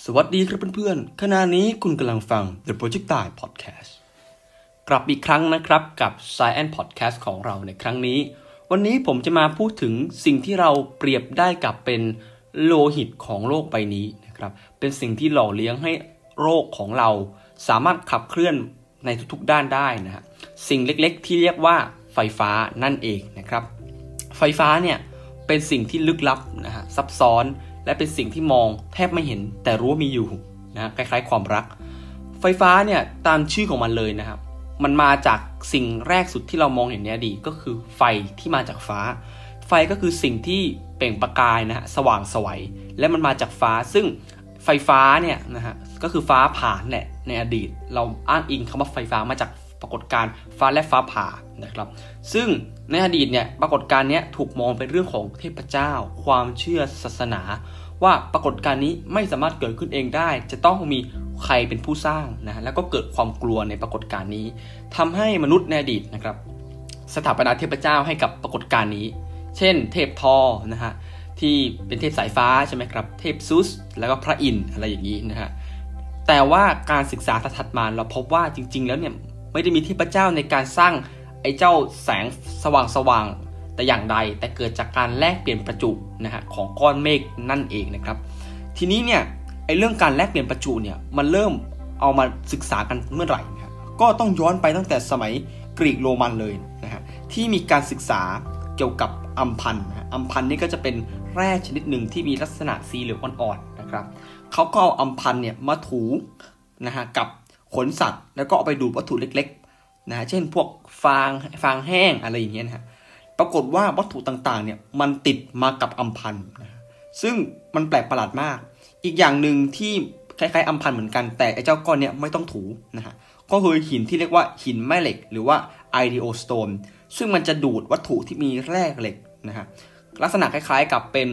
สวัสดีครับเพื่อนๆขณะนี้คุณกำลังฟัง The Projectile Podcast กลับอีกครั้งนะครับกับ Science Podcast ของเราในครั้งนี้วันนี้ผมจะมาพูดถึงสิ่งที่เราเปรียบได้กับเป็นโลหิตของโลกใบนี้นะครับเป็นสิ่งที่หล่อเลี้ยงให้โลกของเราสามารถขับเคลื่อนในทุกๆด้านได้นะฮะสิ่งเล็กๆที่เรียกว่าไฟฟ้านั่นเองนะครับไฟฟ้าเนี่ยเป็นสิ่งที่ลึกลับนะฮะซับซ้อนและเป็นสิ่งที่มองแทบไม่เห็นแต่รู้ว่ามีอยู่นะคล้ายๆความรักไฟฟ้าเนี่ยตามชื่อของมันเลยนะครับมันมาจากสิ่งแรกสุดที่เรามองเห็นในอดีตก็คือไฟที่มาจากฟ้าไฟก็คือสิ่งที่เปล่งประกายนะฮะสว่างไสวและมันมาจากฟ้าซึ่งไฟฟ้าเนี่ยนะฮะก็คือฟ้าผ่าแหละในอดีตเราอ้างอิงคำว่าไฟฟ้ามาจากปรากฏการณ์ฟ้าและฟ้าผ่านะครับซึ่งในอดีตเนี่ยปรากฏการณ์นี้ถูกมองเป็นเรื่องของเทพเจ้าความเชื่อศาสนาว่าปรากฏการณ์นี้ไม่สามารถเกิดขึ้นเองได้จะต้องมีใครเป็นผู้สร้างนะแล้วก็เกิดความกลัวในปรากฏการณ์นี้ทำให้มนุษย์ในอดีตนะครับสถาปนาเทพเจ้าให้กับปรากฏการณ์นี้เช่นเทพทอนะฮะที่เป็นเทพสายฟ้าใช่ไหมครับเทพซุสแล้วก็พระอินทร์อะไรอย่างนี้นะฮะแต่ว่าการศึกษาถัดมาเราพบว่าจริงๆแล้วเนี่ยไม่ได้มีเทพเจ้าในการสร้างไอ้เจ้าแสงสว่างแต่อย่างใดแต่เกิดจากการแลกเปลี่ยนประจุนะฮะของก้อนเมฆนั่นเองนะครับทีนี้เนี่ยไอ้เรื่องการแลกเปลี่ยนประจุเนี่ยมันเริ่มเอามาศึกษากันเมื่อไหร่นะครับก็ต้องย้อนไปตั้งแต่สมัยกรีกโรมันเลยนะฮะที่มีการศึกษาเกี่ยวกับอัมพันธ์อัมพันธ์นี่ก็จะเป็นแร่ชนิดหนึ่งที่มีลักษณะสีเหลืองอ่อนๆนะครับเขาก็เอาอัมพันธ์เนี่ยมาถูนะฮะกับขนสัตว์แล้วก็เอาไปดูดวัตถุเล็กๆนะเช่นพวกฟางแห้งอะไรอย่างเงี้ยนะฮะปรากฏว่าวัตถุต่างๆเนี่ยมันติดมากับอัมพันธ์นะซึ่งมันแปลกประหลาดมากอีกอย่างหนึ่งที่คล้ายๆอัมพันธ์เหมือนกันแต่ไอ้เจ้าก้อนเนี่ยไม่ต้องถูนะฮะก็คือหินที่เรียกว่าหินแม่เหล็กหรือว่าไอเดโอสโตนซึ่งมันจะดูดวัตถุที่มีแร่เหล็กนะฮะลักษณะคล้ายๆกับเป็น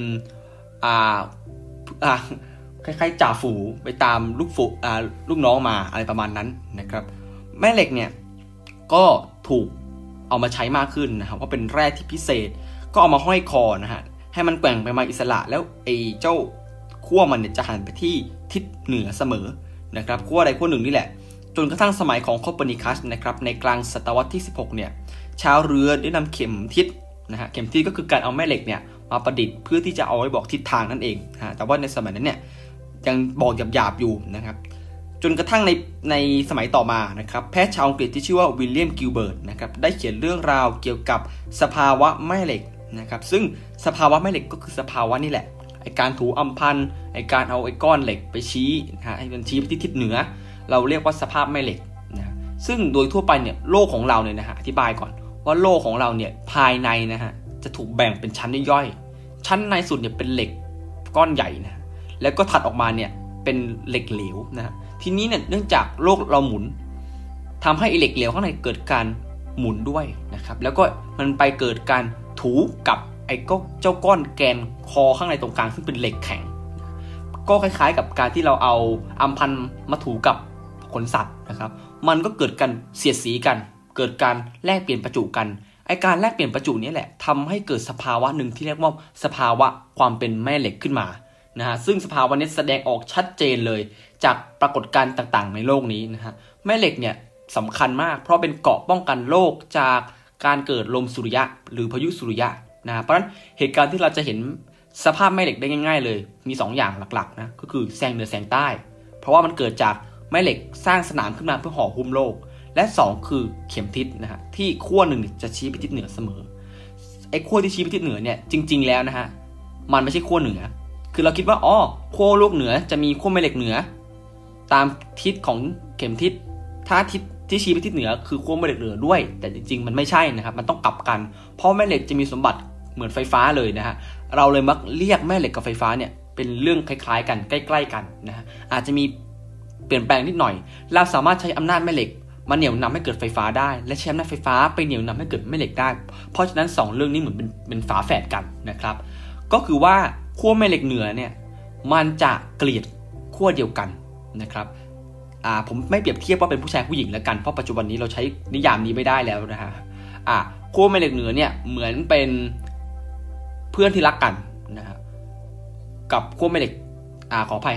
คล้ายๆจ่าฝูไปตามลูกน้องมาอะไรประมาณนั้นนะครับแม่เหล็กเนี่ยก็ถูกเอามาใช้มากขึ้นนะครับว่าเป็นแร่ที่พิเศษก็เอามาห้อยคอนะฮะให้มันแกว่งไปมาอิสระแล้วไอ้เจ้าขั้วมันเนี่ยจะหันไปที่ทิศเหนือเสมอนะครับขั้วใดขั้วหนึ่งนี่แหละจนกระทั่งสมัยของโคเปอร์นิคัสนะครับในกลางศตวรรษที่16เนี่ยชาวเรือได้นำเข็มทิศนะฮะเข็มทิศก็คือการเอาแม่เหล็กเนี่ยมาประดิษฐ์เพื่อที่จะเอาไว้บอกทิศทางนั่นเองนะแต่ว่าในสมัยนั้นเนี่ยยังบอกหยาบๆอยู่นะครับจนกระทั่งในสมัยต่อมานะครับแพทย์ชาวอังกฤษที่ชื่อว่าวิลเลียมกิลเบิร์ตนะครับได้เขียนเรื่องราวเกี่ยวกับสภาวะแม่เหล็กนะครับซึ่งสภาวะแม่เหล็กก็คือสภาวะนี่แหละไอการถูอัมพันธ์ไอการเอาไอก้อนเหล็กไปชี้นะฮะให้มันชี้ไปที่ทิศเหนือเราเรียกว่าสภาพแม่เหล็กนะซึ่งโดยทั่วไปเนี่ยโลกของเราเนี่ยนะฮะอธิบายก่อนว่าโลกของเราเนี่ยภายในนะฮะจะถูกแบ่งเป็นชั้นย่อยๆชั้นในสุดเนี่ยเป็นเหล็กก้อนใหญ่นะแล้วก็ถัดออกมาเนี่ยเป็นเหล็กเหลวนะทีนี้เนี่ยเนื่องจากโลกเราหมุนทำให้เหล็กเหลวข้างในเกิดการหมุนด้วยนะครับแล้วก็มันไปเกิดการถูกับไอ้เจ้าก้อนแกนคอข้างในตรงกลางซึ่งเป็นเหล็กแข็งก็คล้ายๆกับการที่เราเอาอัมพันธ์มาถูกับขนสัตว์นะครับมันก็เกิดการเสียดสีกันเกิดการแลกเปลี่ยนประจุกันไอ้การแลกเปลี่ยนประจุนี้แหละทำให้เกิดสภาวะหนึ่งที่เรียกว่าสภาวะความเป็นแม่เหล็กขึ้นมานะฮะซึ่งสภาวะนี้แสดงออกชัดเจนเลยจากปรากฏการณ์ต่างๆในโลกนี้นะฮะแม่เหล็กเนี่ยสำคัญมากเพราะเป็นเกราะป้องกันโลกจากการเกิดลมสุริยะหรือพายุสุริยะนะเพราะฉะนั้นเหตุการณ์ที่เราจะเห็นสภาพแม่เหล็กได้ง่ายๆเลยมี2 อย่างหลักๆนะก็คือแสงเหนือแสงใต้เพราะว่ามันเกิดจากแม่เหล็กสร้างสนามขึ้นมาเพื่อห่อหุ้มโลกและ2คือเข็มทิศนะฮะที่ขั้วหนึ่งจะชี้ไปทิศเหนือเสมอไอ้ขั้วที่ชี้ไปทิศเหนือเนี่ยจริงๆแล้วนะฮะมันไม่ใช่ขั้วเหนือคือเราคิดว่าขั้วโลกเหนือจะมีขั้วแม่เหล็กเหนือตามทิศของเข็มทิศถ้าทิศที่ชี้ไปทิศเหนือคือขั้วแม่เหล็กเหนือด้วยแต่จริงๆมันไม่ใช่นะครับมันต้องกลับกันเพราะแม่เหล็กจะมีสมบัติเหมือนไฟฟ้าเลยนะฮะเราเลยมักเรียกแม่เหล็กกับไฟฟ้าเนี่ยเป็นเรื่องคล้ายๆกันใกล้ๆกันนะฮะอาจจะมีเปลี่ยนแปลงนิดหน่อยเราสามารถใช้อำนาจแม่เหล็กมาเหนี่ยวนำให้เกิดไฟฟ้าได้และใช้อำนาจไฟฟ้าไปเหนี่ยวนำให้เกิดแม่เหล็กได้เพราะฉะนั้น2เรื่องนี้เหมือนเป็นฝาแฝดกันนะครับก็คือว่าขั้วแม่เหล็กเหนือเนี่ยมันจะเกลียดขั้วเดียวกันนะครับผมไม่เปรียบเทียบว่าเป็นผู้ชายผู้หญิงแล้วกันเพราะปัจจุบันนี้เราใช้นิยามนี้ไม่ได้แล้วนะฮะขั้วแม่เหล็กเหนือเนี่ยเหมือนเป็นเพื่อนที่รักกันนะฮะกับขั้วแม่เหล็กขออภัยครับ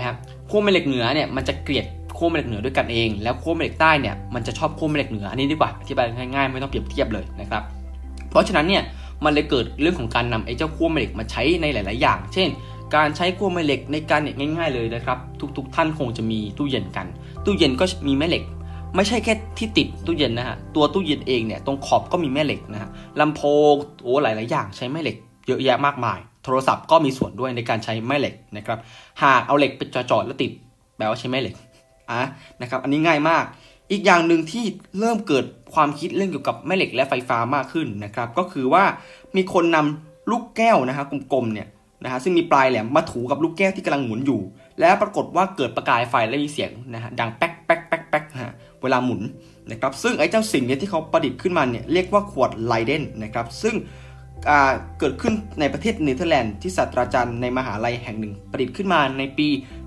ขั้วแม่เหล็กเหนือเนี่ยมันจะเกลียดขั้วแม่เหล็กเหนือด้วยกันเองแล้วขั้วแม่เหล็กใต้เนี่ยมันจะชอบขั้วแม่เหล็กเหนืออันนี้ดีกว่าอธิบายง่ายๆไม่ต้องเปรียบเทียบเลยนะครับเพราะฉะนั้นเนี่ยมันเลยเกิดเรื่องของการนำไอ้เจ้าขั้วแม่เหล็กมาใช้ในหลายๆอย่างเช่นการใช้ขั้วแม่เหล็กในการเนี่ยง่ายๆเลยนะครับทุกท่านคงจะมีตู้เย็นกันตู้เย็นก็มีแม่เหล็กไม่ใช่แค่ที่ติดตู้เย็นนะฮะตัวตู้เย็นเองเนี่ยตรงขอบก็มีแม่เหล็กนะฮะลำโพงหลายๆอย่างใช้แม่เหล็กเยอะแยะมากมายโทรศัพท์ก็มีส่วนด้วยในการใช้แม่เหล็กนะครับหากเอาเหล็กไปจ่อๆแล้วติดแปลว่าใช้แม่เหล็กนะครับอันนี้ง่ายมากอีกอย่างหนึ่งที่เริ่มเกิดความคิดเรื่องเกี่ยวกับแม่เหล็กและไฟฟ้ามากขึ้นนะครับก็คือว่ามีคนนำลูกแก้วนะฮะกลมๆเนี่ยนะฮะซึ่งมีปลายแหลมมาถูกับลูกแก้วที่กำลังหมุนอยู่แล้วปรากฏว่าเกิดประกายไฟและมีเสียงนะฮะดังแป๊กแป๊กแป๊กแป๊กฮะเวลาหมุนนะครับซึ่งไอ้เจ้าสิ่งนี้ที่เขาประดิษฐ์ขึ้นมาเนี่ยเรียกว่าขวดไลเดนนะครับซึ่งเกิดขึ้นในประเทศเนเธอร์แลนด์ที่ศาสตราจารย์ในมหาลัยแห่งหนึ่งประดิษฐ์ขึ้นมาในปี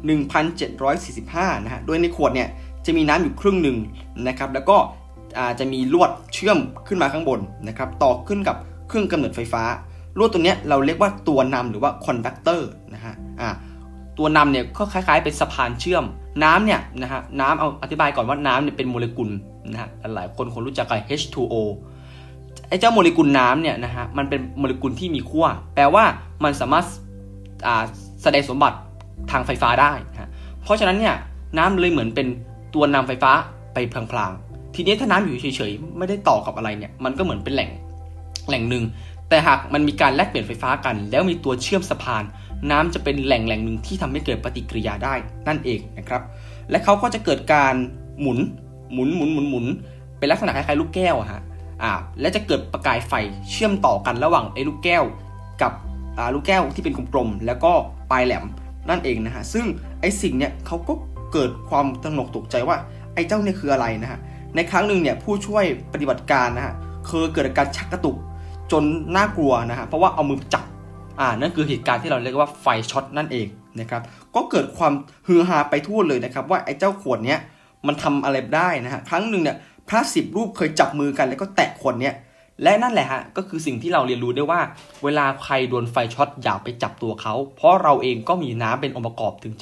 1745 นะฮะโดยในขวดเนี่ยจะมีน้ำอยู่ครึ่งหนึ่งนะครับแล้วก็จะมีลวดเชื่อมขึ้นมาข้างบนนะครับต่อขึ้นกับเครื่องกำเนิดไฟฟ้าลวดตัวนี้เราเรียกว่าตัวนำหรือว่าคอนดักเตอร์นะฮะตัวนำเนี่ยก็คล้ายๆเป็นสะพานเชื่อมน้ำเนี่ยนะฮะน้ำเอาอธิบายก่อนว่าน้ำเนี่ยเป็นโมเลกุลนะฮะหลายคนคงรู้จักกัน H2O ไอ้เจ้าโมเลกุลน้ำเนี่ยนะฮะมันเป็นโมเลกุลที่มีขั้วแปลว่ามันสามารถแสดงสมบัติทางไฟฟ้าได้นะเพราะฉะนั้นเนี่ยน้ำเลยเหมือนเป็นตัวนำไฟฟ้าไปพลางๆทีนี้ถ้าน้ำอยู่เฉยๆไม่ได้ต่อกับอะไรเนี่ยมันก็เหมือนเป็นแหล่งหนึ่งแต่หากมันมีการแลกเปลี่ยนไฟฟ้ากันแล้วมีตัวเชื่อมสะพานน้ำจะเป็นแหล่งหนึ่งที่ทำให้เกิดปฏิกิริยาได้นั่นเองนะครับและเขาก็จะเกิดการหมุนเป็นลักษณะคล้ายๆลูกแก้วฮะและจะเกิดประกายไฟเชื่อมต่อกันระหว่างไอ้ลูกแก้วกับลูกแก้วที่เป็นกลมๆแล้วก็ปลายแหลมนั่นเองนะฮะซึ่งไอ้สิ่งเนี้ยเขาก็เกิดความตระหนกตกใจว่าไอ้เจ้าเนี่ยคืออะไรนะฮะในครั้งหนึ่งเนี่ยผู้ช่วยปฏิบัติการนะฮะเคยเกิดอาการชักกระตุกจนน่ากลัวนะฮะเพราะว่าเอามือจับนั่นคือเหตุการณ์ที่เราเรียกว่าไฟช็อตนั่นเองนะครับก็เกิดความฮือฮาไปทั่วเลยนะครับว่าไอ้เจ้าขวดเนี้ยมันทำอะไรได้นะฮะครั้งหนึ่งเนี่ยพระ10 รูปเคยจับมือกันแล้วก็แตะขวดเนี้ยและนั่นแหละฮะก็คือสิ่งที่เราเรียนรู้ได้ว่าเวลาใครโดนไฟช็อตอย่าไปจับตัวเขาเพราะเราเองก็มีน้ำเป็นองค์ประกอบถึง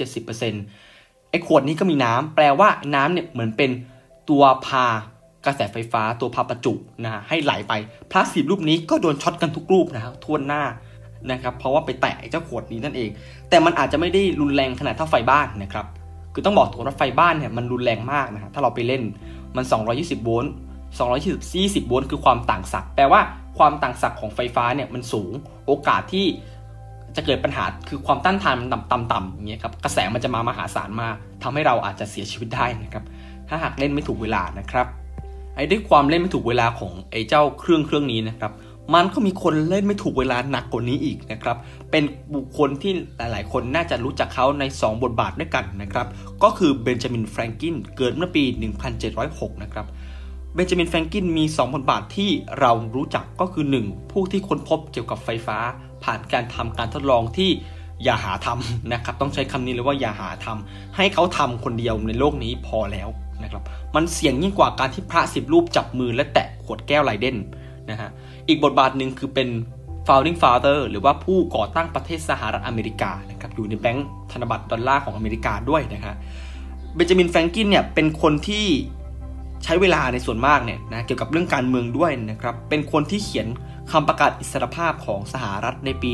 70% ไอ้ขวดนี้ก็มีน้ำแปลว่าน้ำเนี่ยเหมือนเป็นตัวพากระแสไฟฟ้าตัวพาประจุนะให้ไหลไปพระ10 รูปนี้ก็โดนช็อตกันทุกรูปนะครับทั่วหน้านะครับเพราะว่าไปแตะเจ้าขวดนี้นั่นเองแต่มันอาจจะไม่ได้รุนแรงขนาดเท่าไฟบ้านนะครับคือต้องบอกตัวว่าไฟบ้านเนี่ยมันรุนแรงมากนะฮะถ้าเราไปเล่นมัน220 โวลต์240 โวลต์คือความต่างศักย์แปลว่าความต่างศักย์ของไฟฟ้าเนี่ยมันสูงโอกาสที่จะเกิดปัญหาคือความต้านทานมันต่ำอย่างเงี้ยครับกระแสมันจะมามหาศาลมากทำให้เราอาจจะเสียชีวิตได้นะครับถ้าหากเล่นไม่ถูกเวลานะครับไอ้ด้วยความเล่นไม่ถูกเวลาของไอ้เจ้าเครื่องนี้นะครับมันก็มีคนเล่นไม่ถูกเวลาหนักกว่านี้อีกนะครับเป็นบุคคลที่หลายๆคนน่าจะรู้จักเขาใน2 บทบาทด้วยกันนะครับก็คือเบนจามินแฟรงกินเกิดเมื่อปี 1706 นะครับเบนจามินแฟรงกินมี2 บทบาทที่เรารู้จักก็คือ1ผู้ที่ค้นพบเกี่ยวกับไฟฟ้าผ่านการทำการทดลองที่อย่าหาทำนะครับต้องใช้คำนี้เลยว่าอย่าหาทำให้เขาทำคนเดียวในโลกนี้พอแล้วนะครับมันเสี่ยงยิ่งกว่าการที่พระ10 รูปจับมือและแตะขวดแก้วไลเดนนะฮะอีกบทบาทหนึ่งคือเป็น founding father หรือว่าผู้ก่อตั้งประเทศสหรัฐอเมริกานะครับอยู่ในแบงก์ธนบัตรดอลลาร์ของอเมริกาด้วยนะฮะเบนจามินแฟรงกินเนี่ยเป็นคนที่ใช้เวลาในส่วนมากเนี่ยนะเกี่ยวกับเรื่องการเมืองด้วยนะครับเป็นคนที่เขียนคำประกาศอิสรภาพของสหรัฐในปี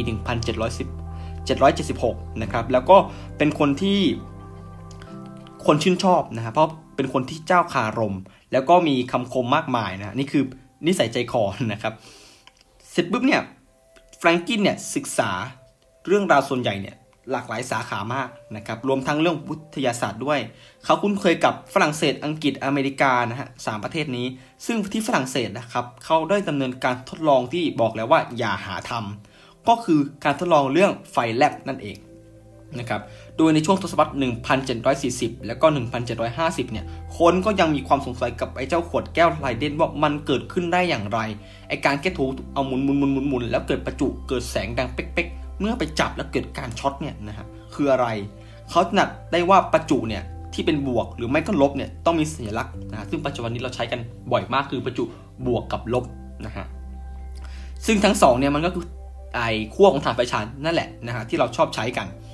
1776 นะครับแล้วก็เป็นคนที่คนชื่นชอบนะฮะเพราะเป็นคนที่เจ้าคารมแล้วก็มีคำคมมากมายนะนี่คือนิสัยใจคอนะครับเสร็จปุ๊บเนี่ยแฟรงกินเนี่ยศึกษาเรื่องราวส่วนใหญ่เนี่ยหลากหลายสาขามากนะครับรวมทั้งเรื่องวิทยาศาสตร์ด้วยเขาคุ้นเคยกับฝรั่งเศสอังกฤษอเมริกานะฮะ3 ประเทศนี้ซึ่งที่ฝรั่งเศสนะครับเขาได้ดำเนินการทดลองที่บอกแล้วว่าอย่าหาทำก็คือการทดลองเรื่องไฟแลบนั่นเองนะครับโดยในช่วงทศวรรษ 1740 แล้วก็ 1750 เนี่ยคนก็ยังมีความสงสัยกับไอ้เจ้าขวดแก้วไลเดนว่ามันเกิดขึ้นได้อย่างไรไอ้การแก้ถูเอาหมุนแล้วเกิดประจุเกิดแสงดังเป๊กๆเมื่อไปจับแล้วเกิดการช็อตเนี่ยนะฮะคืออะไรเขาถนัดได้ว่าประจุเนี่ยที่เป็นบวกหรือไม่ก็ลบเนี่ยต้องมีสัญลักษณ์นะซึ่งปัจจุบันนี้เราใช้กันบ่อยมากคือประจุบวกกับลบนะฮะซึ่งทั้ง2เนี่ยมันก็คือไอ้ขั้วของถ่านไฟฉายนั่นแหละนะฮะที่เราชอบใช้กัน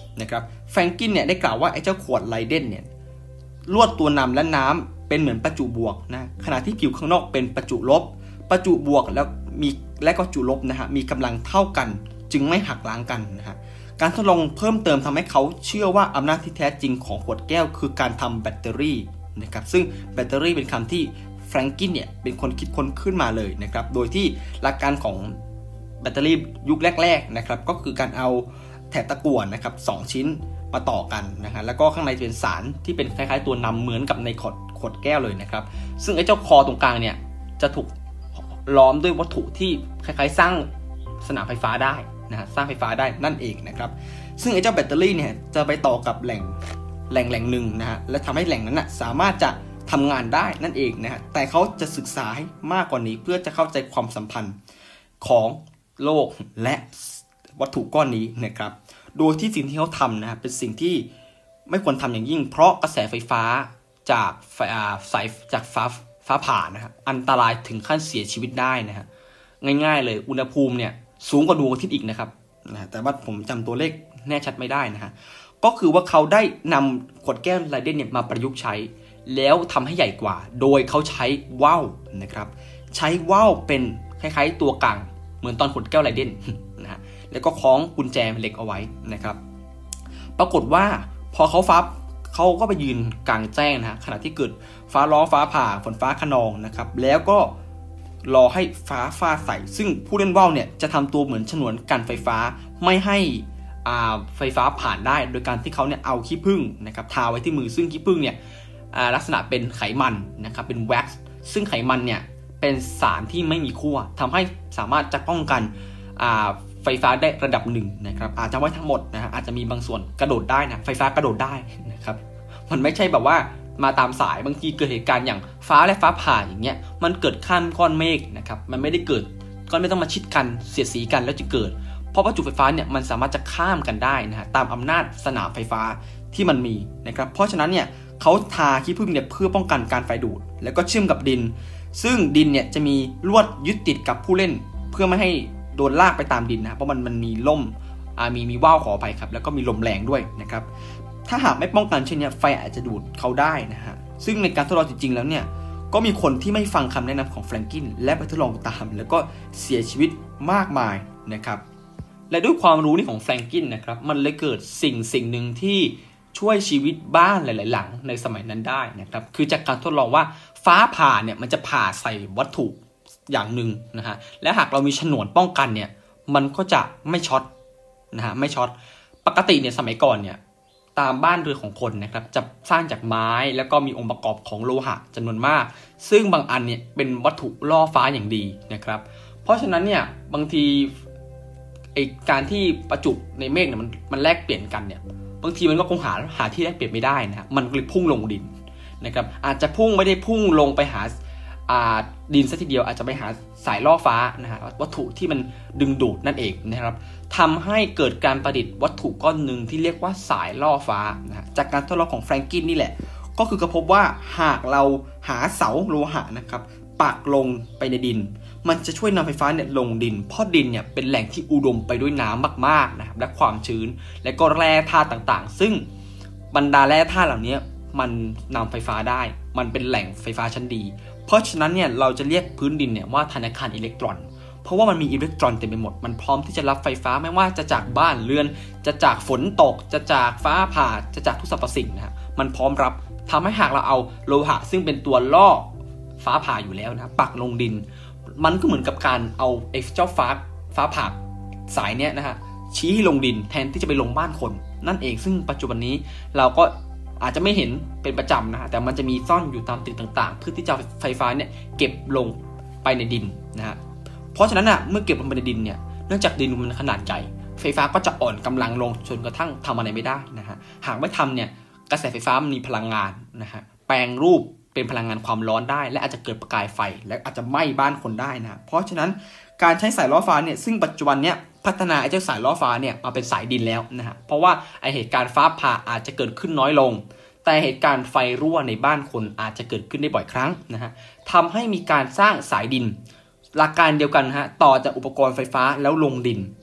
นะครับแฟรงกินเนี่ยได้กล่าวว่าไอ้เจ้าขวดไลเดนเนี่ยลวดตัวนำและน้ำเป็นเหมือนประจุบวกนะขณะที่ผิวข้างนอกเป็นประจุลบประจุบวกและก็จุลบนะฮะมีกำลังเท่ากันจึงไม่หักล้างกันนะฮะการทดลองเพิ่มเติมทำให้เขาเชื่อว่าอำนาจที่แท้จริงของขวดแก้วคือการทำแบตเตอรี่นะครับซึ่งแบตเตอรี่เป็นคำที่แฟรงกินเนี่ยเป็นคนคิดค้นขึ้นมาเลยนะครับโดยที่หลักการของแบตเตอรี่ยุคแรกๆนะครับก็คือการเอาแถบตะกั่วนะครับ2ชิ้นมาต่อกันนะฮะแล้วก็ข้างในเป็นสารที่เป็นคล้ายๆตัวนำเหมือนกับในขวดแก้วเลยนะครับซึ่งไอ้เจ้าคอตรงกลางเนี่ยจะถูกล้อมด้วยวัตถุที่คล้ายๆสร้างสนามไฟฟ้าได้นะฮะสร้างไฟฟ้าได้นั่นเองนะครับซึ่งไอ้เจ้าแบตเตอรี่เนี่ยจะไปต่อกับแหล่งหนึ่งนะฮะและทำให้แหล่งนั้นนะสามารถจะทำงานได้นั่นเองนะฮะแต่เขาจะศึกษาให้มากกว่านี้เพื่อจะเข้าใจความสัมพันธ์ของโลกและวัตถุก้อนนี้นะครับโดยที่สิ่งที่เขาทำนะเป็นสิ่งที่ไม่ควรทำอย่างยิ่งเพราะกระแสไฟฟ้าจากฟ้าผ่านะฮะอันตรายถึงขั้นเสียชีวิตได้นะฮะง่ายๆเลยอุณหภูมิเนี่ยสูงกว่าดวงอาทิตย์อีกนะครับแต่ว่าผมจำตัวเลขแน่ชัดไม่ได้นะฮะก็คือว่าเขาได้นำขวดแก้วไลเดนเนี่ยมาประยุกต์ใช้แล้วทำให้ใหญ่กว่าโดยเขาใช้ว่าวนะครับใช้ว่าวเป็นคล้ายๆตัวกลางเหมือนตอนขวดแก้วไลเดนนะฮะแล้วก็คล้องกุญแจเหล็กเอาไว้นะครับปรากฏว่าพอเขาก็ไปยืนกลางแจ้งนะฮะขณะที่เกิดฟ้าร้องฟ้าผ่าฝนฟ้าคะนองนะครับแล้วก็รอให้ฟ้าฟาดใส่ซึ่งผู้เล่นว่าวเนี่ยจะทำตัวเหมือนฉนวนกันไฟฟ้าไม่ให้ไฟฟ้าผ่านได้โดยการที่เขาเนี่ยเอาขี้ผึ้งนะครับทาไว้ที่มือซึ่งขี้ผึ้งเนี่ยลักษณะเป็นไขมันนะครับเป็นแว็กซ์ซึ่งไขมันเนี่ยเป็นสารที่ไม่มีขั้วทำให้สามารถจะป้องกันไฟฟ้าได้ระดับหนึ่งนะครับอาจจะไม่ทั้งหมดนะฮะอาจจะมีบางส่วนกระโดดได้นะไฟฟ้ากระโดดได้นะครับมันไม่ใช่แบบว่ามาตามสายบางทีเกิดเหตุการณ์อย่างฟ้าและฟ้าผ่าอย่างเงี้ยมันเกิดข้ามก้อนเมฆนะครับมันไม่ได้เกิดก้อนเมฆต้องมาชิดกันเสียดสีกันแล้วจะเกิดเพราะวัตถุไฟฟ้าเนี่ยมันสามารถจะข้ามกันได้นะฮะตามอำนาจสนามไฟฟ้าที่มันมีนะครับเพราะฉะนั้นเนี่ยเขาทาขี้ผึ้งเนี่ยเพื่อป้องกันการไฟดูดแล้วก็เชื่อมกับดินซึ่งดินเนี่ยจะมีลวดยึดติดกับผู้เล่นเพื่อไม่ให้โดนลากไปตามดินนะเพราะมันมีล่มมีว่าวขออภัยครับแล้วก็มีลมแรงด้วยนะครับถ้าหากไม่ป้องกันเช่นนี้ไฟอาจจะดูดเขาได้นะฮะซึ่งในการทดลองจริงๆแล้วเนี่ยก็มีคนที่ไม่ฟังคำแนะนำของแฟรงกินและไปทดลองตามแล้วก็เสียชีวิตมากมายนะครับและด้วยความรู้นี่ของแฟรงกินนะครับมันเลยเกิดสิ่งหนึ่งที่ช่วยชีวิตบ้านหลายๆหลังในสมัยนั้นได้นะครับคือจากการทดลองว่าฟ้าผ่าเนี่ยมันจะผ่าใส่วัตถุอย่างหนึ่งนะฮะและหากเรามีฉนวนป้องกันเนี่ยมันก็จะไม่ช็อตนะฮะไม่ช็อตปกติเนี่ยสมัยก่อนเนี่ยตามบ้านเรือนของคนนะครับจะสร้างจากไม้แล้วก็มีองค์ประกอบของโลหะจำนวนมากซึ่งบางอันเนี่ยเป็นวัตถุล่อฟ้าอย่างดีนะครับเพราะฉะนั้นเนี่ยบางทีการที่ประจุในเมฆเนี่ยมันแลกเปลี่ยนกันเนี่ยบางทีมันก็คงหาที่แลกเปลี่ยนไม่ได้นะมันเลยพุ่งลงดินนะครับอาจจะไม่ได้พุ่งลงไปหาดินซะทีเดียวอาจจะไปหาสายล่อฟ้านะฮะวัตถุที่มันดึงดูดนั่นเองนะครับทำให้เกิดการประดิษฐ์วัตถุก้อนหนึ่งที่เรียกว่าสายล่อฟ้านะจากการทดลองของแฟรงกินนี่แหละก็คือพบว่าหากเราหาเสาโลหะนะครับปักลงไปในดินมันจะช่วยนำไฟฟ้าเนี่ยลงดินเพราะดินเนี่ยเป็นแหล่งที่อุดมไปด้วยน้ำมากๆนะครับและความชื้นและก็แร่ธาตุต่างๆซึ่งบรรดาแร่ธาตุเหล่านี้มันนำไฟฟ้าได้มันเป็นแหล่งไฟฟ้าชั้นดีเพราะฉะนั้นเนี่ยเราจะเรียกพื้นดินเนี่ยว่าธนาคารอิเล็กตรอนเพราะว่ามันมีอิเล็กตรอนเต็มไปหมดมันพร้อมที่จะรับไฟฟ้าไม่ว่าจะจากบ้านเรือนจะจากฝนตกจะจากฟ้าผ่าจะจากทุกสรรพสิ่งนะฮะมันพร้อมรับทำให้หากเราเอาโลหะซึ่งเป็นตัวล่อฟ้าผ่าอยู่แล้วนะปักลงดินมันก็เหมือนกับการเอาเจ้าฟ้าผ่าสายเนี้ยนะฮะชี้ลงดินแทนที่จะไปลงบ้านคนนั่นเองซึ่งปัจจุบันนี้เราก็อาจจะไม่เห็นเป็นประจำนะฮะแต่มันจะมีซ่อนอยู่ตามตึกต่างๆเพื่อที่จะไฟฟ้าเนี่ยเก็บลงไปในดินนะฮะเพราะฉะนั้นเมื่อเก็บลงไปในดินเนี่ยเนื่องจากดินมันขนาดใหญ่ไฟฟ้าก็จะอ่อนกำลังลงจนกระทั่งทำอะไรไม่ได้นะฮะหากไม่ทำเนี่ยกระแสไฟฟ้ามันมีพลังงานนะฮะแปลงรูปเป็นพลังงานความร้อนได้และอาจจะเกิดประกายไฟและอาจจะไหม้บ้านคนได้นะเพราะฉะนั้นการใช้สายล่อฟ้าเนี่ยซึ่งปัจจุบันเนี่ยพัฒนาไอ้เจ้าสายล่อฟ้าเนี่ยมาเป็นสายดินแล้วนะฮะเพราะว่าไอเหตุการณ์ฟ้าผ่าอาจจะเกิดขึ้นน้อยลงแต่เหตุการณ์ไฟรั่วในบ้านคนอาจจะเกิดขึ้นได้บ่อยครั้งนะฮะทำให้มีการสร้างสายดินหลักการเดียวกันฮะต่อจากอุปกรณ์ไฟฟ้าแล้วลงดิน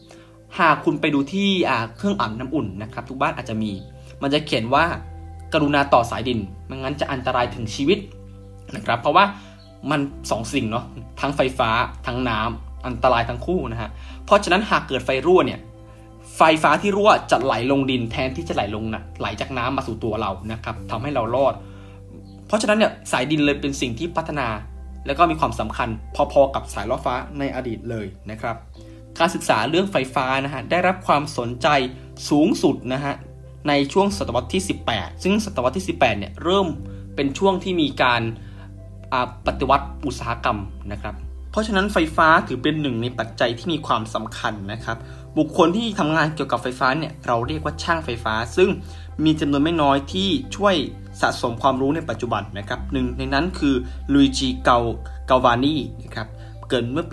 หากคุณไปดูที่เครื่องอาบน้ำอุ่นนะครับทุกบ้านอาจจะมีมันจะเขียนว่ากรุณาต่อสายดินไม่งั้นจะอันตรายถึงชีวิตนะครับเพราะว่ามัน2 สิ่งเนาะทั้งไฟฟ้าทั้งน้ำอันตรายทั้งคู่นะฮะเพราะฉะนั้นหากเกิดไฟรั่วเนี่ยไฟฟ้าที่รั่วจะไหลลงดินแทนที่จะไหลจากน้ำมาสู่ตัวเรานะครับทำให้เรารอดเพราะฉะนั้นเนี่ยสายดินเลยเป็นสิ่งที่พัฒนาแล้วก็มีความสำคัญพอๆกับสายล่อฟ้าในอดีตเลยนะครับการศึกษาเรื่องไฟฟ้านะฮะได้รับความสนใจสูงสุดนะฮะในช่วงศตวรรษที่18ซึ่งศตวรรษที่18เนี่ยเริ่มเป็นช่วงที่มีการปฏิวัติอุตสาหกรรมนะครับเพราะฉะนั้นไฟฟ้าถือเป็นหนึ่งในปัจจัยที่มีความสำคัญนะครับบุคคลที่ทำงานเกี่ยวกับไฟฟ้าเนี่ยเราเรียกว่าช่างไฟฟ้าซึ่งมีจำนวนไม่น้อยที่ช่วยสะสมความรู้ในปัจจุบันนะครับหนึ่งในนั้นคือลุยจิเกาวานีนะครับเกิดเมื่อปี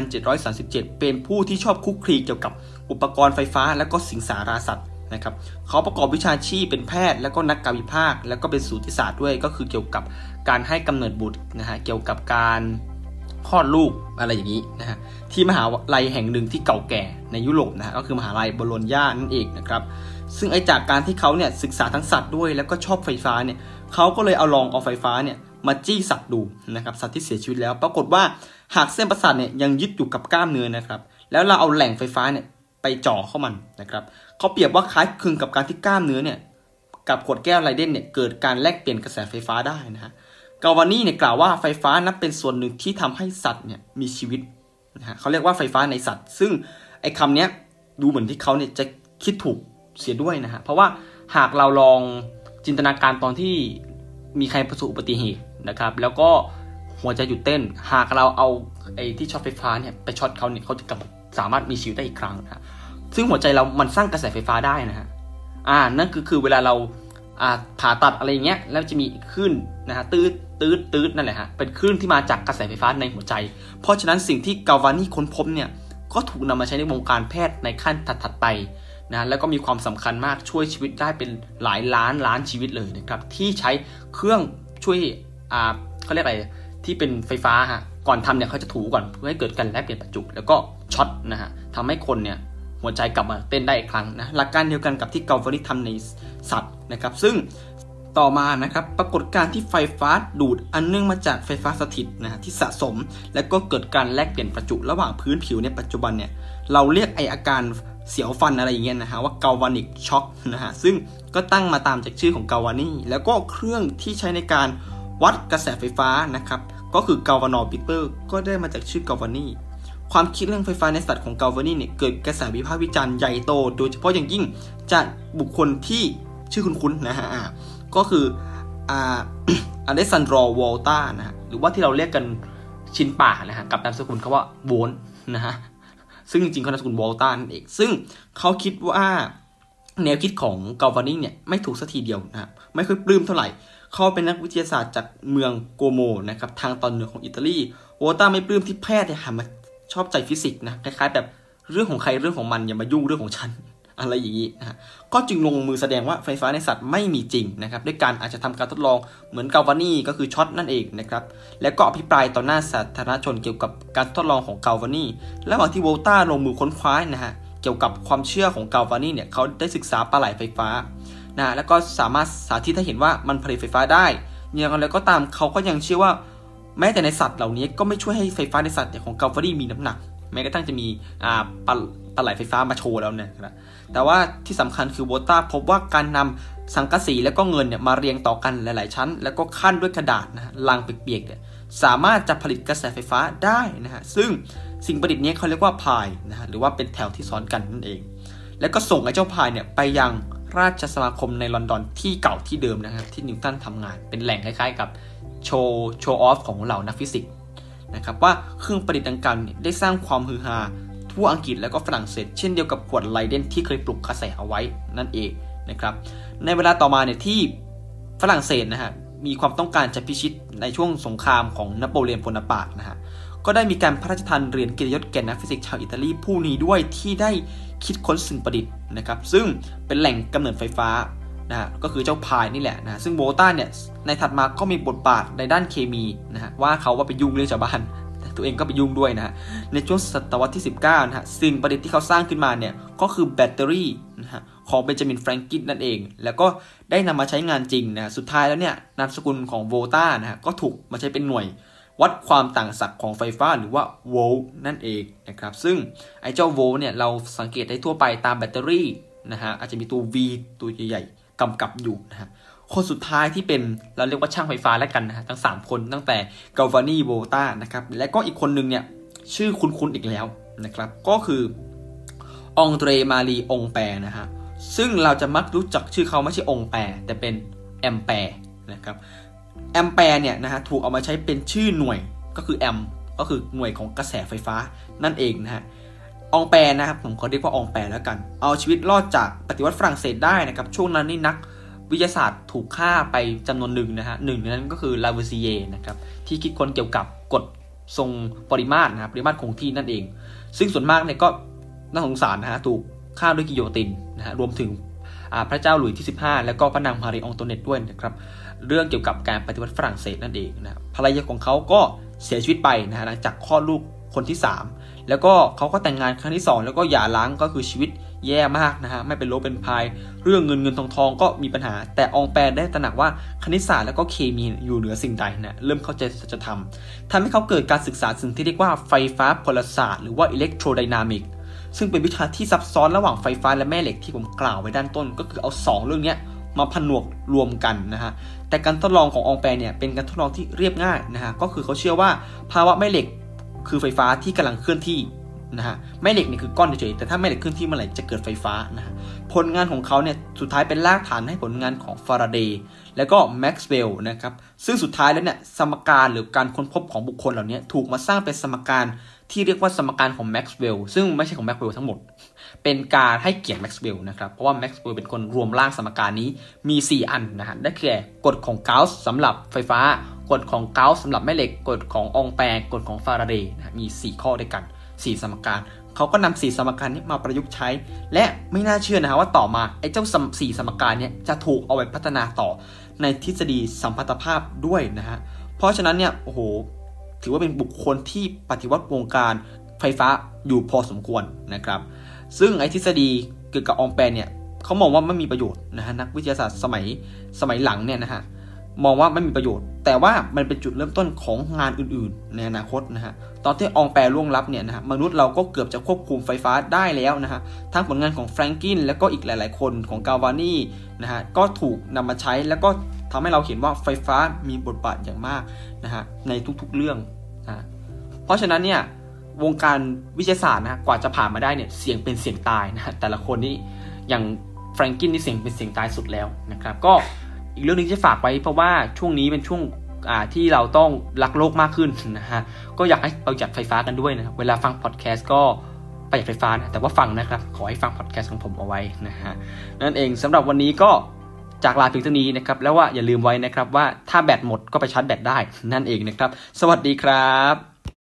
1737 เป็นผู้ที่ชอบคุกคลีเกี่ยวกับอุปกรณ์ไฟฟ้าและก็สิงสาราสัตว์นะครับเขาประกอบวิชาชีพเป็นแพทย์และก็นักกายวิภาคและก็เป็นสูติศาสตร์ด้วยก็คือเกี่ยวกับการให้กำเนิดบุตรนะฮะเกี่ยวกับการคลอดลูกอะไรอย่างนี้นะฮะที่มหาลัยแห่งหนึ่งที่เก่าแก่ในยุโรปนะฮะก็คือมหาลัยโบโลญญานั่นเองนะครับซึ่งจากการที่เขาเนี่ยศึกษาทั้งสัตว์ด้วยแล้วก็ชอบไฟฟ้าเนี่ยเขาก็เลยเอาไฟฟ้าเนี่ยมาจี้สัตว์ดูนะครับสัตว์ที่เสียชีวิตแล้วปรากฏว่าหากเส้นประสาทเนี่ยยังยึดอยู่กับกล้ามเนื้อนะครับแล้วเราเอาแหล่งไฟฟ้าเนี่ยไปจ่อเข้ามันนะครับเขาเปรียบว่าคล้ายคลึงกับการที่กล้ามเนื้อเนี่ยกับขวดแก้วไลเดนเนี่ยเกิดการแลกเปลี่ยนกระแสไฟฟ้าได้นะฮะกาวานีเนี่ยกล่าวว่าไฟฟ้านับเป็นส่วนหนึ่งที่ทำให้สัตว์เนี่ยมีชีวิตนะฮะเขาเรียกว่าไฟฟ้าในสัตว์ซึ่งไอ้คำนี้ดูเหมือนที่เขาเนี่ยจะคิดถูกเสียด้วยนะฮะเพราะว่าหากเราลองจินตนาการตอนที่มีใครประสบอุบัติเหตุนะครับแล้วก็หัวใจหยุดเต้นหากเราเอาไอ้ที่ช็อตไฟฟ้าเนี่ยไปช็อตเขาเนี่ยเขาจะสามารถมีชีวิตได้อีกครั้งนะซึ่งหัวใจเรามันสร้างกระแสไฟฟ้าได้นะฮะนั่นคือเวลาเราผ่าตัดอะไรเงี้ยแล้วจะมีคลื่นนะฮะตืดนั่นแหละฮะเป็นคลื่นที่มาจากกระแสไฟฟ้าในหัวใจเพราะฉะนั้นสิ่งที่กาวานีค้นพบเนี่ยก็ถูกนำมาใช้ในวงการแพทย์ในขั้นถัดไปนะแล้วก็มีความสำคัญมากช่วยชีวิตได้เป็นหลายล้านชีวิตเลยนะครับที่ใช้เครื่องช่วยเขาเรียกอะไรที่เป็นไฟฟ้าฮะก่อนทำเนี่ยเขาจะถูก่อนเพื่อให้เกิดการแลกเปลี่ยนประจุแล้วก็ช็อตนะฮะทำให้คนเนี่ยหัวใจกลับมาเต้นได้อีกครั้งนะหลักการเดียวกันกับที่กาวานีทำในสัตว์นะครับซึ่งต่อมานะครับปรากฏการณ์ที่ไฟฟ้าดูดอันเนื่องมาจากไฟฟ้าสถิตนะที่สะสมและก็เกิดการแลกเปลี่ยนประจุระหว่างพื้นผิวในปัจจุบันเนี่ยเราเรียกอาการเสียวฟันอะไรอย่างเงี้ยนะฮะว่ากาวานิกช็อคนะฮะซึ่งก็ตั้งมาตามจากชื่อของกาวานีแล้วก็เครื่องที่ใช้ในการวัดกระแสไฟฟ้านะครับก็คือกาวานอมิเตอร์ก็ได้มาจากชื่อกาวานีความคิดเรื่องไฟฟ้าในสัตว์ของกาวานีเนี่ยเกิดกระแสวิพากษ์วิจารณ์ใหญ่โตโดยเฉพาะอย่างยิ่งจากบุคคลที่ชื่อคุ้นๆนะฮะก็คืออเลสซานโดร วอลตานะฮะหรือว่าที่เราเรียกกันชินป่านะฮะกับนามสกุลเขาว่าโวนนะฮะซึ่งจริงๆเขานามสกุลวอลตานั่นเองซึ่งเขาคิดว่าแนวคิดของกาวานีเนี่ยไม่ถูกสักทีเดียวนะไม่ค่อยปลื้มเท่าไหร่เขาเป็นนักวิทยาศาสตร์จากเมืองโกโมนะครับทางตอนเหนือของอิตาลีวอลตาไม่ปลื้มที่แพทย์เนี่ยหันมาชอบใจฟิสิกส์นะคล้ายๆแบบเรื่องของใครเรื่องของมันอย่ามายุ่งเรื่องของฉันอะไรอย่างนี้นะฮะก็จึงลงมือแสดงว่าไฟฟ้าในสัตว์ไม่มีจริงนะครับด้วยการอาจจะทำการทดลองเหมือนกาวานีก็คือช็อตนั่นเองนะครับแล้วก็อภิปรายต่อหน้าสาธารณชนเกี่ยวกับการทดลองของกาวานีระหว่างที่โวลตาลงมือค้นคว้านะฮะเกี่ยวกับความเชื่อของกาวานีเนี่ยเขาได้ศึกษาปลาไหลไฟฟ้านะแล้วก็สามารถสาธิตให้เห็นว่ามันผลิตไฟฟ้าได้อย่างไรก็ตามเขาก็ยังเชื่อว่าแม้แต่ในสัตว์เหล่านี้ก็ไม่ช่วยให้ไฟฟ้าในสัตว์ของกาวานีมีน้ำหนักแม้กระทั่งจะมีปลาไหลไฟฟ้ามาโชว์แล้วเนี่ยนะแต่ว่าที่สำคัญคือโวลตาพบว่าการนำสังกะสีและก็เงินเนี่ยมาเรียงต่อกันหลายๆชั้นแล้วก็ขั้นด้วยกระดาษนะฮะลังเปียกๆเนี่ยสามารถจะผลิตกระแสไฟฟ้าได้นะฮะซึ่งสิ่งประดิษฐ์นี้เขาเรียกว่าพายนะฮะหรือว่าเป็นแถวที่ซ้อนกันนั่นเองแล้วก็ส่งไอ้เจ้าพายเนี่ยไปยังราชสมาคมในลอนดอนที่เก่าที่เดิมนะครับที่นิวตันทำงานเป็นแหล่งคล้ายๆกับโชว์ออฟของเหล่านักฟิสิกส์นะครับว่าเครื่องประดิษฐ์ดังกล่าวได้สร้างความฮือฮาทั่วอังกฤษและก็ฝรั่งเศสเช่นเดียวกับขวดไลเดนที่เคยปลุกกระแสเอาไว้นั่นเองนะครับในเวลาต่อมาเนี่ยที่ฝรั่งเศสนะฮะมีความต้องการจะพิชิตในช่วงสงครามของนโปเลียนโบนาปาร์ตนะฮะก็ได้มีการพระราชทานเหรียญเกียรติยศแก่นักฟิสิกส์ชาวอิตาลีผู้นี้ด้วยที่ได้คิดค้นสิ่งประดิษฐ์นะครับซึ่งเป็นแหล่งกำเนิดไฟฟ้านะฮะก็คือเจ้าพายนี่แหละนะซึ่งโวลตาเนี่ยในถัดมาก็มีบทบาทในด้านเคมีนะฮะว่าเขาว่าไปยุ่งเรื่องชาวบ้านตัวเองก็ไปยุ่งด้วยนะฮะในช่วงศตวรรษที่19นะฮะสิ่งประดิษฐ์ที่เขาสร้างขึ้นมาเนี่ยก็คือแบตเตอรี่นะฮะของเบนจามินแฟรงกินนั่นเองแล้วก็ได้นำมาใช้งานจริงนะสุดท้ายแล้วเนี่ยนามสกุลของโวลตานะฮะก็ถูกมาใช้เป็นหน่วยวัดความต่างศักย์ของไฟฟ้าหรือว่าโวลต์นั่นเองนะครับซึ่งไอ้เจ้าโวลต์เนี่ยเราสังเกตได้ทั่วไปตามแบตเตอรี่นะฮะอาจจะมีตัว V ตัวใหญ่ๆกำกับอยู่นะฮะคนสุดท้ายที่เป็นเราเรียกว่าช่างไฟฟ้าแล้วกันนะฮะทั้ง3คนตั้งแต่กาลวานีโวลตานะครับและก็อีกคนนึงเนี่ยชื่อคุ้นๆอีกแล้วนะครับก็คือองเตรมารีองแปร์นะฮะซึ่งเราจะมักรู้จักชื่อเขาไม่ใช่องแปร์แต่เป็นแอมแปร์นะครับแอมแปร์เนี่ยนะฮะถูกเอามาใช้เป็นชื่อหน่วยก็คือแอมก็คือหน่วยของกระแสไฟฟ้านั่นเองนะฮะองแปร์นะครับผมขอเรียกว่าองแปร์แล้วกันเอาชีวิตรอดจากปฏิวัติฝรั่งเศสได้นะครับช่วงนั้นนี่นักวิทยาศาสตร์ถูกฆ่าไปจำนวนหนึ่งนะฮะหนึ่งในนั้นก็คือลาวูซิเยร์นะครับที่คิดค้นเกี่ยวกับกฎทรงปริมาตรนะครับปริมาตรคงที่นั่นเองซึ่งส่วนมากเนี่ยก็น่าสงสารนะฮะถูกฆ่าด้วยกิโยตินนะฮะรวมถึงพระเจ้าหลุยส์ที่15แล้วก็พระนางมารีอองโตเนตด้วยนะครับเรื่องเกี่ยวกับการปฏิวัติฝรั่งเศสนั่นเองนะภรรยาของเขาก็เสียชีวิตไปนะฮะหลังจากคลอดลูกคนที่3แล้วก็เขาก็แต่งงานครั้งที่2แล้วก็หย่าร้างก็คือชีวิตแย่มากนะฮะไม่เป็นโลเป็นพายเรื่องเงินทองก็มีปัญหาแต่องแปร์ได้ตระหนักว่าคณิตศาสตร์แล้วก็เคมีอยู่เหนือสิ่งใดนะเริ่มเข้าใจสัจธรรมทำให้เขาเกิดการศึกษาสิ่งที่เรียกว่าไฟฟ้าพลศาสตร์หรือว่าอิเล็กโทรไดนามิกซึ่งเป็นวิชาที่ซับซ้อนระหว่างไฟฟ้าและแม่เหล็กที่ผมกล่าวไว้ด้านต้นก็คือเอา2เรื่องนี้มาผนวกรวมกันนะฮะแต่การทดลองขององแปร์เนี่ยเป็นการทดลองที่เรียบง่ายนะฮะก็คือเขาเชื่อว่าภาวะแม่เหล็กคือไฟฟ้าที่กำลังเคลื่อนที่นะฮะแม่เหล็กเนี่ยคือก้อนเฉยๆแต่ถ้าแม่เหล็กเคลื่อนที่เมื่อไหร่จะเกิดไฟฟ้านะฮะผลงานของเขาเนี่ยสุดท้ายเป็นรากฐานให้ผลงานของฟาราเดย์แล้วก็แม็กซ์เวลล์นะครับซึ่งสุดท้ายแล้วเนี่ยสมการหรือการค้นพบของบุคคลเหล่านี้ถูกมาสร้างเป็นสมการที่เรียกว่าสมการของแม็กซ์เวลล์ซึ่งไม่ใช่ของแม็กซ์เวลล์ทั้งหมดเป็นการให้เกียรติแม็กซ์เวลล์นะครับเพราะว่าแม็กซ์เวลล์เป็นคนรวมร่างสมการนี้มี4อันนะฮะได้แก่กฎของเกาส์สำหรับไฟฟ้ากฎของเกาส์สำหรับแม่เหล็กกฎขององแปร์กฎของฟาราเดย์นะมี4ข้อด้วยกัน4สมการเขาก็นำ4สมการนี้มาประยุกต์ใช้และไม่น่าเชื่อนะฮะว่าต่อมาไอ้เจ้า4สมการนี้จะถูกเอาไปพัฒนาต่อในทฤษฎีสัมพัทธภาพด้วยนะฮะเพราะฉะนั้นเนี่ยโอ้โหถือว่าเป็นบุคคลที่ปฏิวัติวงการไฟฟ้าอยู่พอสมควรนะครับซึ่งไอ้ทฤษฎีเกี่ยวกับองแปร์เนี่ยเขามองว่าไม่มีประโยชน์นะฮะนักวิทยาศาสตร์สมัยหลังเนี่ยนะฮะมองว่าไม่มีประโยชน์แต่ว่ามันเป็นจุดเริ่มต้นของงานอื่นๆในอนาคตนะฮะตอนที่องแปร์ล่วงลับเนี่ยนะฮะมนุษย์เราก็เกือบจะควบคุมไฟฟ้าได้แล้วนะฮะทั้งผลงานของแฟรงกินแล้วก็อีกหลายๆคนของกาลวานีนะฮะก็ถูกนำมาใช้แล้วก็ทำให้เราเห็นว่าไฟฟ้ามีบทบาทอย่างมากนะฮะในทุกๆเรื่องนะเพราะฉะนั้นเนี่ยวงการวิทยาศาสตร์นะกว่าจะผ่านมาได้เนี่ยเสี่ยงเป็นเสี่ยงตายนะฮะแต่ละคนนี่อย่างแฟรงกินนี่เสี่ยงเป็นเสี่ยงตายสุดแล้วนะครับก็อีกเรื่องนึงที่ฝากไว้เพราะว่าช่วงนี้เป็นช่วงที่เราต้องรักโลกมากขึ้นนะฮะก็อยากให้ประหยัดไฟฟ้ากันด้วยนะเวลาฟังพอดแคสต์ก็ประหยัดไฟฟ้านะแต่ว่าฟังนะครับขอให้ฟังพอดแคสต์ของผมเอาไว้นะฮะนั่นเองสำหรับวันนี้ก็จากลาเพียงเท่านี้นะครับแล้วว่าอย่าลืมไว้นะครับว่าถ้าแบตหมดก็ไปชาร์จแบตได้นั่นเองนะครับสวัสดีครับ